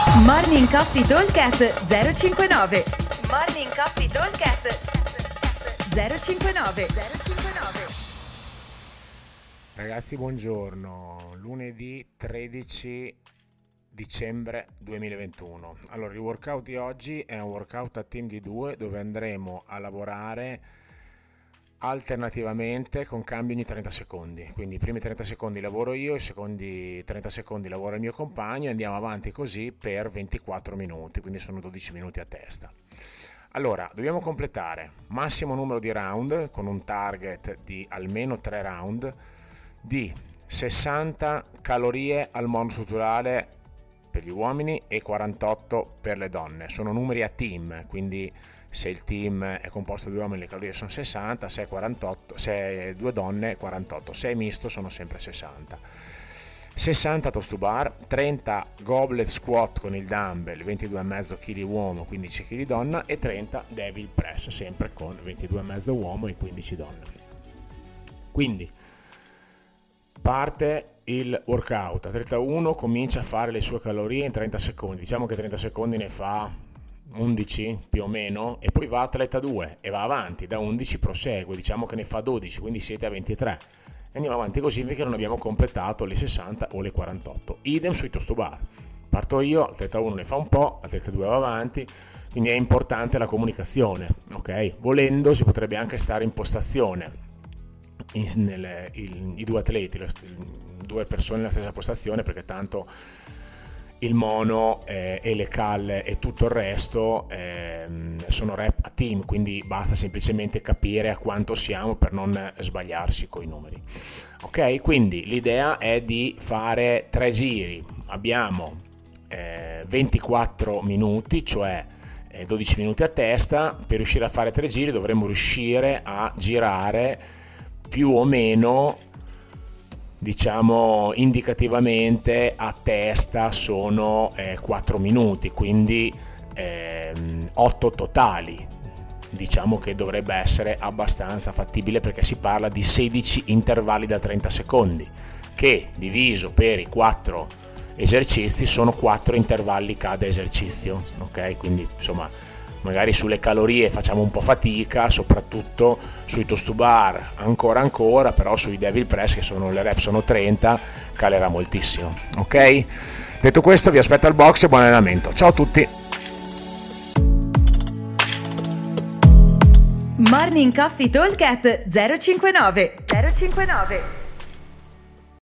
Morning Coffee Talkcast 059. Morning Coffee Talkcast 059. Ragazzi, buongiorno. Lunedì 13 dicembre 2021. Allora, il workout di oggi è un workout a team di 2 dove andremo a lavorare alternativamente con cambi ogni 30 secondi. Quindi i primi 30 secondi lavoro io, i secondi 30 secondi lavora il mio compagno e andiamo avanti così per 24 minuti, quindi sono 12 minuti a testa. Allora, dobbiamo completare massimo numero di round con un target di almeno 3 round di 60 calorie al monostrutturale per gli uomini e 48 per le donne. Sono numeri a team, quindi se il team è composto da 2 uomini le calorie sono 60, se è 48, se è 2 donne 48, se è misto sono sempre 60. 60 toast to bar, 30 goblet squat con il dumbbell, 22,5 kg uomo, 15 kg donna e 30 devil press sempre con 22,5 uomo e 15 donna. Quindi parte il workout, atleta 1 comincia a fare le sue calorie in 30 secondi, diciamo che 30 secondi ne fa 11 più o meno, e poi va atleta 2 e va avanti, da 11 prosegue, diciamo che ne fa 12, quindi siete a 23 e andiamo avanti così finché non abbiamo completato le 60 o le 48. Idem sui toast to bar, parto io, atleta 1 ne fa un po', atleta 2 va avanti, quindi è importante la comunicazione, ok? Volendo si potrebbe anche stare in postazione i due atleti, due persone nella stessa postazione, perché tanto il mono e le cal e tutto il resto sono rep a team, quindi basta semplicemente capire a quanto siamo per non sbagliarsi coi numeri. Ok, quindi l'idea è di fare 3 giri, abbiamo 24 minuti, cioè 12 minuti a testa. Per riuscire a fare 3 giri dovremmo riuscire a girare più o meno, diciamo indicativamente a testa sono 4 minuti, quindi 8 totali. Diciamo che dovrebbe essere abbastanza fattibile, perché si parla di 16 intervalli da 30 secondi che diviso per i 4 esercizi sono 4 intervalli cada esercizio, ok? Quindi insomma magari sulle calorie facciamo un po' fatica, soprattutto sui toast to bar ancora, però sui devil press, che sono le rep sono 30, calerà moltissimo, ok? Detto questo, vi aspetto al box e buon allenamento. Ciao a tutti. Morning Coffee Talkcast 059.